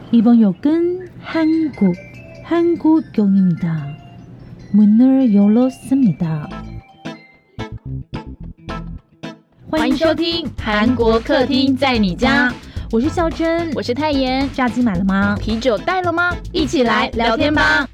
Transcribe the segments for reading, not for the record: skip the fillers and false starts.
이번 역은 한국역입니다. 문을 열었습니다. 欢迎收听韩国客厅在你家， 我是孝珍， 我是泰妍。 炸鸡买了吗？ 啤酒带了吗？一起来聊天吧。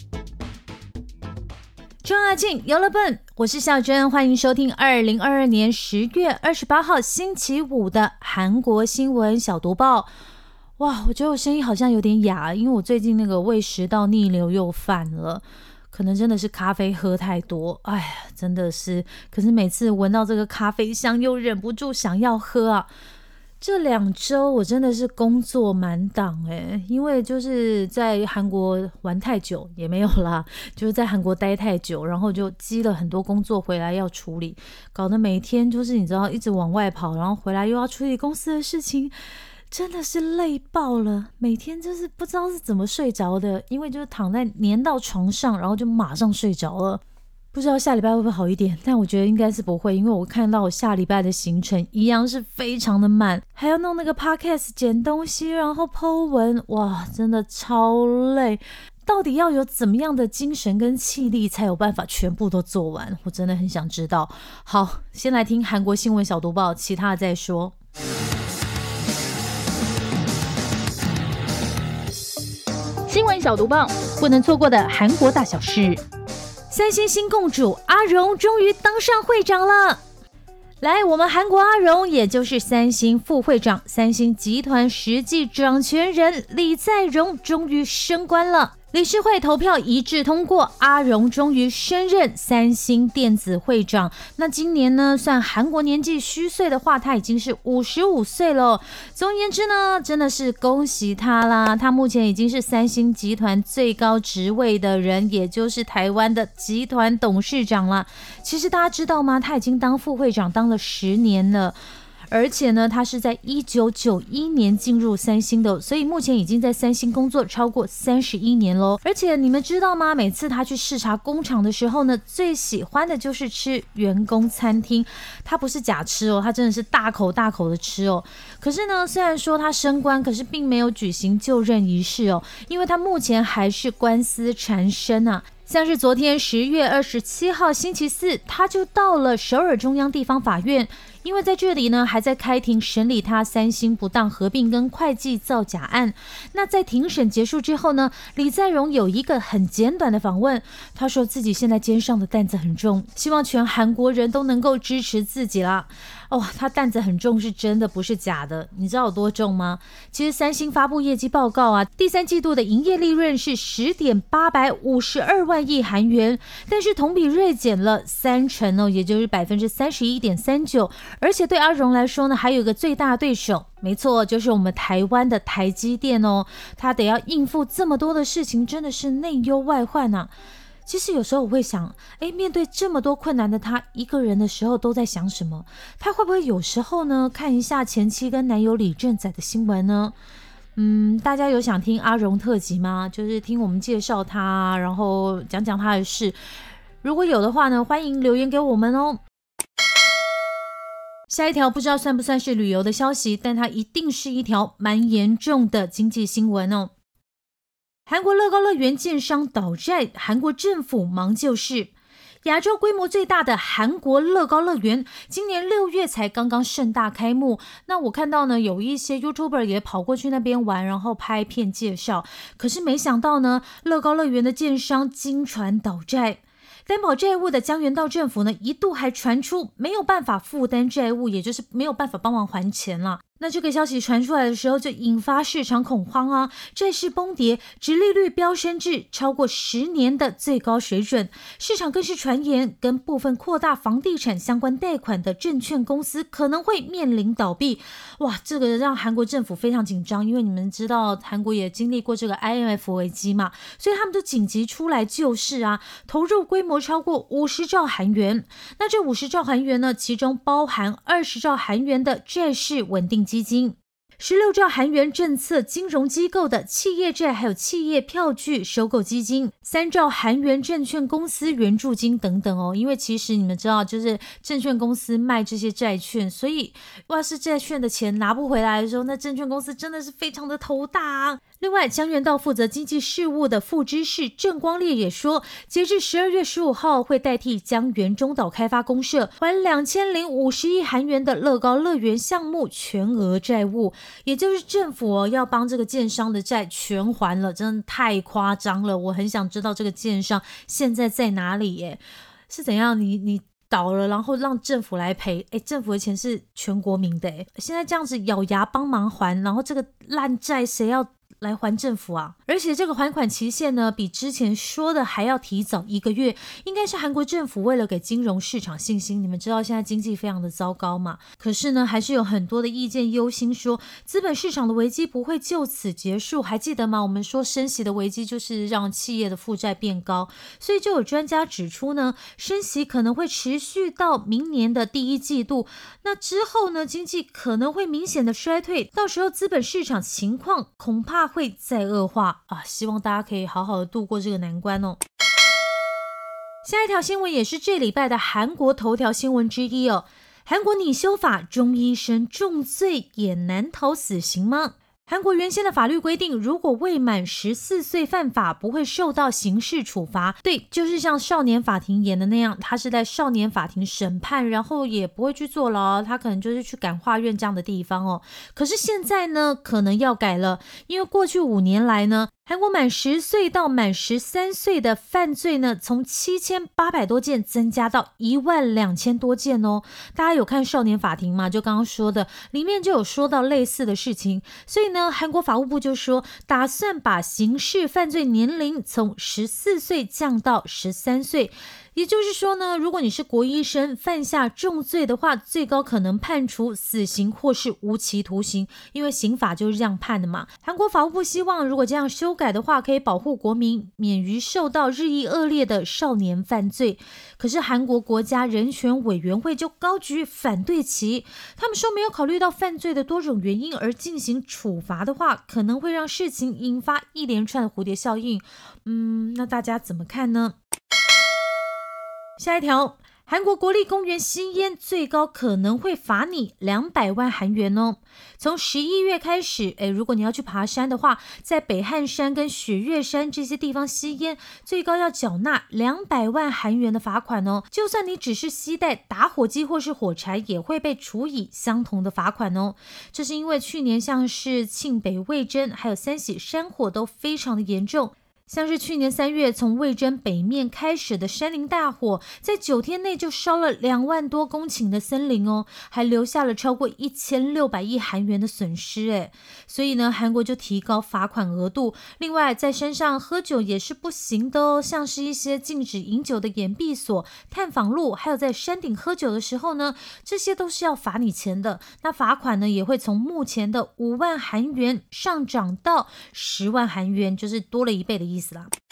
中阿庆游乐本，我是孝珍，欢迎收听2022年10月28号星期五的韩国新闻小读报。哇，我觉得我声音好像有点哑，因为我最近那个胃食道逆流又犯了，可能真的是咖啡喝太多，哎呀，真的是。可是每次闻到这个咖啡香，又忍不住想要喝啊。这2周我真的是工作满档因为就是在韩国玩太久也没有啦，就是在韩国待太久，然后就积了很多工作回来要处理，搞得每天就是你知道一直往外跑，然后回来又要处理公司的事情，真的是累爆了。每天就是不知道是怎么睡着的，因为就是躺在黏到床上，然后就马上睡着了。不知道下礼拜会不会好一点，但我觉得应该是不会，因为我看到我下礼拜的行程一样是非常的满，还要弄那个 podcast 剪东西，然后 po 文，哇，真的超累。到底要有怎么样的精神跟气力才有办法全部都做完？我真的很想知道。好，先来听韩国新闻小读报，其他的再说。 新闻小读报， 不能错过的韩国大小事。三星新共主阿荣终于当上会长了。来，我们韩国阿荣，也就是三星副会长、三星集团实际掌权人李在镕终于升官了。理事会投票一致通过，阿荣终于升任三星电子会长。那今年呢，算韩国年纪虚岁的话，他已经是55岁了。总而言之呢，真的是恭喜他啦！他目前已经是三星集团最高职位的人，也就是台湾的集团董事长啦。其实大家知道吗？他已经当副会长当了10年了。而且呢，他是在1991年进入三星的，所以目前已经在三星工作超过31年咯。而且你们知道吗？每次他去视察工厂的时候呢，最喜欢的就是吃员工餐厅。他不是假吃哦，他真的是大口大口的吃哦。可是呢，虽然说他升官，可是并没有举行就任仪式哦，因为他目前还是官司缠身啊。像是昨天10月27号星期四，他就到了首尔中央地方法院，因为在这里呢还在开庭审理他三星不当合并跟会计造假案。那在庭审结束之后呢，李在镕有一个很简短的访问，他说自己现在肩上的担子很重，希望全韩国人都能够支持自己啦。他担子很重是真的，不是假的。你知道有多重吗？其实三星发布业绩报告啊，第3季度的营业利润是10.852万亿韩元，但是同比锐减了30%也就是31.39%。而且对阿荣来说呢，还有一个最大对手，没错，就是我们台湾的台积电哦。他得要应付这么多的事情，真的是内忧外患啊。其实有时候我会想，面对这么多困难的他一个人的时候都在想什么？他会不会有时候呢看一下前妻跟男友李正宰的新闻呢？大家有想听阿荣特辑吗？就是听我们介绍他，然后讲讲他的事。如果有的话呢，欢迎留言给我们哦。下一条不知道算不算是旅游的消息，但它一定是一条蛮严重的经济新闻哦。韩国乐高乐园建商倒债，韩国政府忙救市。亚洲规模最大的韩国乐高乐园，今年6月才刚刚盛大开幕。那我看到呢，有一些 YouTuber 也跑过去那边玩，然后拍片介绍。可是没想到呢，乐高乐园的建商惊传倒债。担保债务的江原道政府呢，一度还传出没有办法负担债务，也就是没有办法帮忙还钱了。那这个消息传出来的时候，就引发市场恐慌啊，债市崩跌，殖利率飙升至超过10年的最高水准。市场更是传言，跟部分扩大房地产相关贷款的证券公司可能会面临倒闭。哇，这个让韩国政府非常紧张，因为你们知道韩国也经历过这个 IMF 危机嘛，所以他们就紧急出来救市啊，投入规模超过50兆韩元。那这50兆韩元呢，其中包含20兆韩元的债市稳定基金，16兆韩元政策金融机构的企业债还有企业票据收购基金，3兆韩元证券公司援助金等等哦。因为其实你们知道，就是证券公司卖这些债券，所以要是债券的钱拿不回来的时候，那证券公司真的是非常的头大啊。 另外，江原道负责经济事务的副知事郑光烈也说，截至12月15号会代替江原中岛开发公社还2050亿韩元的乐高乐园项目全额债务，也就是政府要帮这个建商的债全还了，真的太夸张了。我很想知道这个建商现在在哪里耶？是怎样？你倒了，然后让政府来赔？政府的钱是全国民的，现在这样子咬牙帮忙还，然后这个烂债谁要来还政府啊？而且这个还款期限呢，比之前说的还要提早1个月，应该是韩国政府为了给金融市场信心。你们知道现在经济非常的糟糕嘛，可是呢，还是有很多的意见忧心说，资本市场的危机不会就此结束。还记得吗？我们说升息的危机就是让企业的负债变高，所以就有专家指出呢，升息可能会持续到明年的第1季度，那之后呢，经济可能会明显的衰退，到时候资本市场情况恐怕会再恶化啊！希望大家可以好好的度过这个难关哦。下一条新闻也是这礼拜的韩国头条新闻之一哦。韩国拟修法，中医生重罪也难逃死刑吗？韩国原先的法律规定，如果未满14岁犯法，不会受到刑事处罚。对，就是像少年法庭演的那样，他是在少年法庭审判，然后也不会去坐牢，他可能就是去感化院这样的地方哦。可是现在呢，可能要改了，因为过去5年来呢，韩国满10岁到满13岁的犯罪呢，从7800多件增加到12000多件哦。大家有看少年法庭吗？就刚刚说的，里面就有说到类似的事情。所以呢，韩国法务部就说，打算把刑事犯罪年龄从14岁降到13岁。也就是说呢，如果你是国医生犯下重罪的话，最高可能判处死刑或是无期徒刑，因为刑法就是这样判的嘛。韩国法务部希望如果这样修改的话，可以保护国民免于受到日益恶劣的少年犯罪。可是韩国国家人权委员会就高举反对旗，他们说没有考虑到犯罪的多种原因而进行处罚的话，可能会让事情引发一连串的蝴蝶效应。那大家怎么看呢？下一条，韩国国立公园吸烟最高可能会罚你200万韩元哦。从11月开始，如果你要去爬山的话，在北汉山跟雪岳山这些地方吸烟，最高要缴纳200万韩元的罚款哦。就算你只是携带打火机或是火柴，也会被处以相同的罚款哦。这是因为去年像是庆北味噌还有三喜山火都非常的严重。像是去年3月从味噌北面开始的山林大火，在9天内就烧了2万多公顷的森林哦，还留下了超过1600亿韩元的损失。所以呢，韩国就提高罚款额度。另外，在山上喝酒也是不行的哦，像是一些禁止饮酒的掩蔽所、探访路，还有在山顶喝酒的时候呢，这些都是要罚你钱的。那罚款呢，也会从目前的5万韩元上涨到10万韩元，就是多了1倍的意思。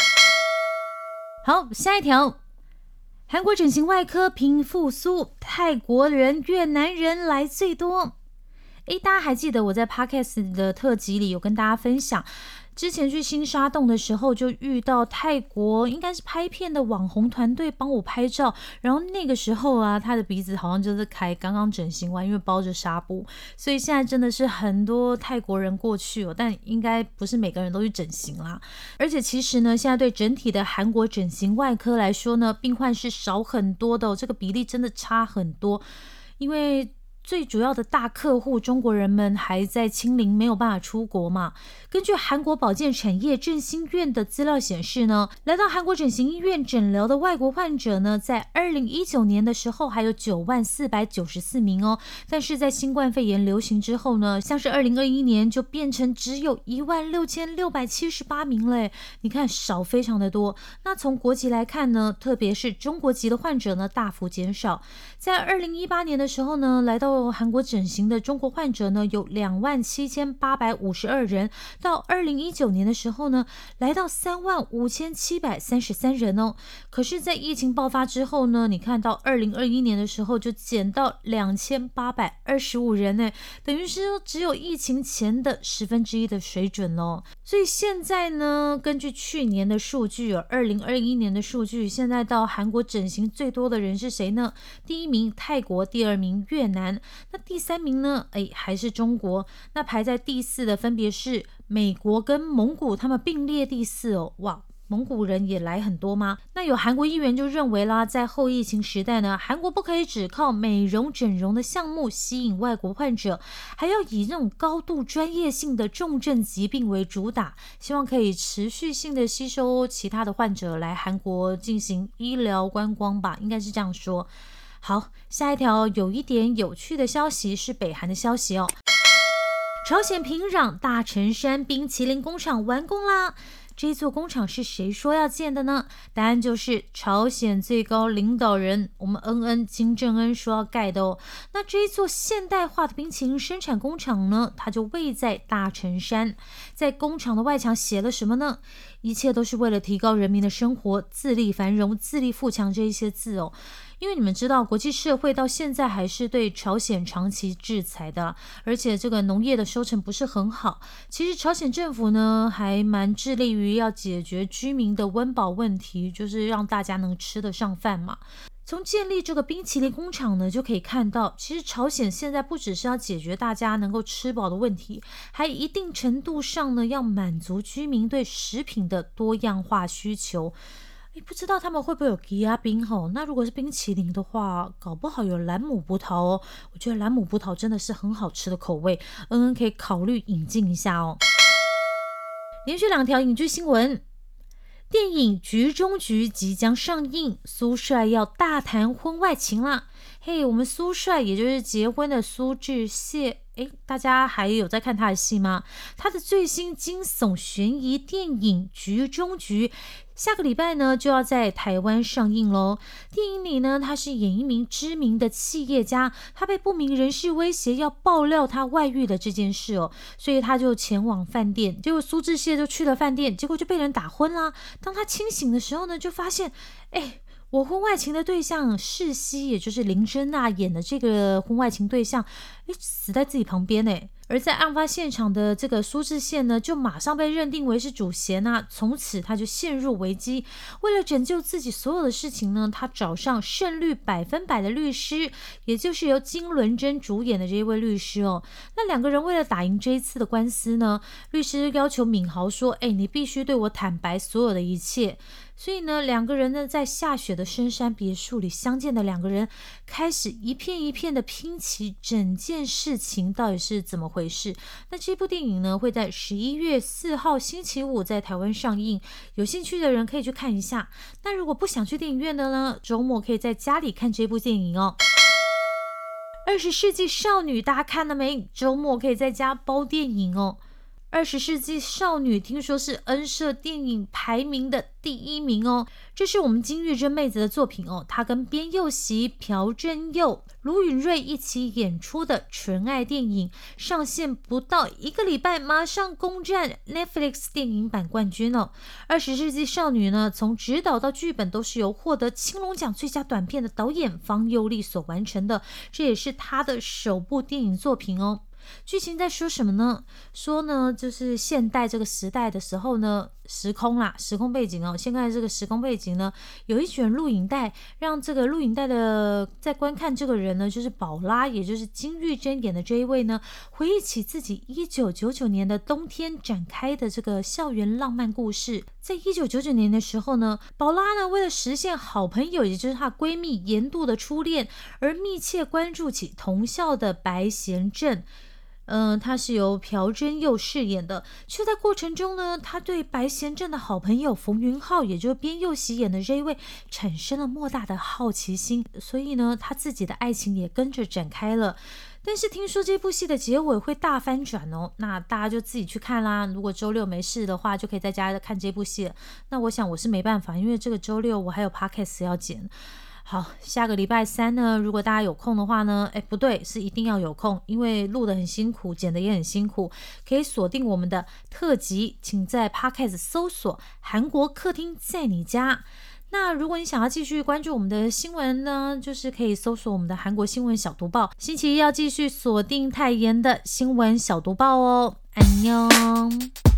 好，下一条，韩国整形外科拼复苏，泰国人、越南人来最多。大家还记得我在 Podcast 的特辑里有跟大家分享，之前去新沙洞的时候就遇到泰国应该是拍片的网红团队帮我拍照，然后那个时候啊，他的鼻子好像就是刚刚整形完，因为包着纱布，所以现在真的是很多泰国人过去但应该不是每个人都去整形啦。而且其实呢，现在对整体的韩国整形外科来说呢，病患是少很多的这个比例真的差很多，因为最主要的大客户中国人们还在清零，没有办法出国嘛。根据韩国保健产业振兴院的资料显示呢，来到韩国整形医院诊疗的外国患者呢，在2019年的时候还有90494名哦，但是在新冠肺炎流行之后呢，像是2021年就变成只有16678名了，你看少非常的多。那从国籍来看呢，特别是中国籍的患者呢大幅减少，在2018年的时候呢，来到韩国整形的中国患者呢有27852人，到2019年的时候呢，来到35733人哦。可是在疫情爆发之后呢，你看到2021年的时候就减到2825人，等于是只有疫情前的1/10的水准咯。所以现在呢，根据去年的数据，2021年的数据，现在到韩国整形最多的人是谁呢？第1名泰国，第2名越南。 那第3名呢还是中国，那排在第4的分别是美国跟蒙古，他们并列第4哦。哇，蒙古人也来很多吗？那有韩国议员就认为啦，在后疫情时代呢，韩国不可以只靠美容整容的项目吸引外国患者，还要以那种高度专业性的重症疾病为主打，希望可以持续性的吸收其他的患者来韩国进行医疗观光吧，应该是这样说。好，下一条有一点有趣的消息是北韩的消息哦。朝鲜平壤大城山冰淇淋工厂完工啦！这座工厂是谁说要建的呢？答案就是朝鲜最高领导人我们金正恩说要盖的哦。那这一座现代化的冰淇淋生产工厂呢，它就位在大城山。在工厂的外墙写了什么呢？一切都是为了提高人民的生活，自立繁荣，自立富强这一些字哦。因为你们知道，国际社会到现在还是对朝鲜长期制裁的，而且这个农业的收成不是很好。其实朝鲜政府呢，还蛮致力于要解决居民的温饱问题，就是让大家能吃得上饭嘛。从建立这个冰淇淋工厂呢，就可以看到，其实朝鲜现在不只是要解决大家能够吃饱的问题，还一定程度上呢，要满足居民对食品的多样化需求。不知道他们会不会有吉亚冰吼？那如果是冰淇淋的话，搞不好有兰姆葡萄哦。我觉得兰姆葡萄真的是很好吃的口味，可以考虑引进一下哦。连续2条影剧新闻，电影《局中局》即将上映，苏帅要大谈婚外情啦。嘿，我们苏帅也就是结婚的苏志燮，大家还有在看他的戏吗？他的最新惊悚悬疑电影《局中局》下个礼拜呢就要在台湾上映咯。电影里呢，他是演一名知名的企业家，他被不明人士威胁要爆料他外遇的这件事哦，所以他就前往饭店，结果苏志燮就去了饭店，结果就被人打昏啦。当他清醒的时候呢，就发现我婚外情的对象世熙，也就是林珍娜演的这个婚外情对象，死在自己旁边而在案发现场的这个苏志燮呢，就马上被认定为是主嫌啊，从此他就陷入危机。为了拯救自己所有的事情呢，他找上胜率100%的律师，也就是由金伦珍主演的这一位律师哦。那2个人为了打赢这一次的官司呢，律师要求敏豪说，你必须对我坦白所有的一切。所以呢，2个人呢在下雪的深山别墅里相见的2个人，开始一片一片的拼起整件事情到底是怎么回事。那这部电影呢，会在11月4号星期五在台湾上映，有兴趣的人可以去看一下。那如果不想去电影院的呢，周末可以在家里看这部电影哦。20世纪少女大家看了没？周末可以在家包电影哦。20世纪少女听说是恩社电影排名的第1名哦，这是我们金玉珍妹子的作品哦，她跟边佑熙、朴正佑、卢允瑞一起演出的纯爱电影，上线不到1个礼拜，马上攻占 Netflix 电影版冠军哦。20世纪少女呢，从指导到剧本都是由获得青龙奖最佳短片的导演方佑利所完成的，这也是她的首部电影作品哦。剧情在说什么呢？说呢，就是现代这个时代的时候呢，时空背景哦。现在这个时空背景呢，有一卷录影带，让这个录影带的在观看这个人呢，就是宝拉，也就是金玉珍演的这一位呢，回忆起自己1999年的冬天展开的这个校园浪漫故事。在1999年的时候呢，宝拉呢为了实现好朋友，也就是她闺蜜严度的初恋，而密切关注起同校的白贤正。他是由朴真佑饰演的，却在过程中呢，他对白贤正的好朋友冯云浩，也就是边佑熙演的这一位，产生了莫大的好奇心，所以呢，他自己的爱情也跟着展开了。但是听说这部戏的结尾会大翻转哦，那大家就自己去看啦。如果周六没事的话，就可以在家看这部戏了。那我想我是没办法，因为这个周六我还有 podcast 要剪。好，下个礼拜3呢，如果大家有空的话呢，不对，是一定要有空，因为录得很辛苦，剪得也很辛苦，可以锁定我们的特辑，请在 Podcast 搜索韩国客厅在你家。那如果你想要继续关注我们的新闻呢，就是可以搜索我们的韩国新闻小读报，星期一要继续锁定泰妍的新闻小读报哦。안녕。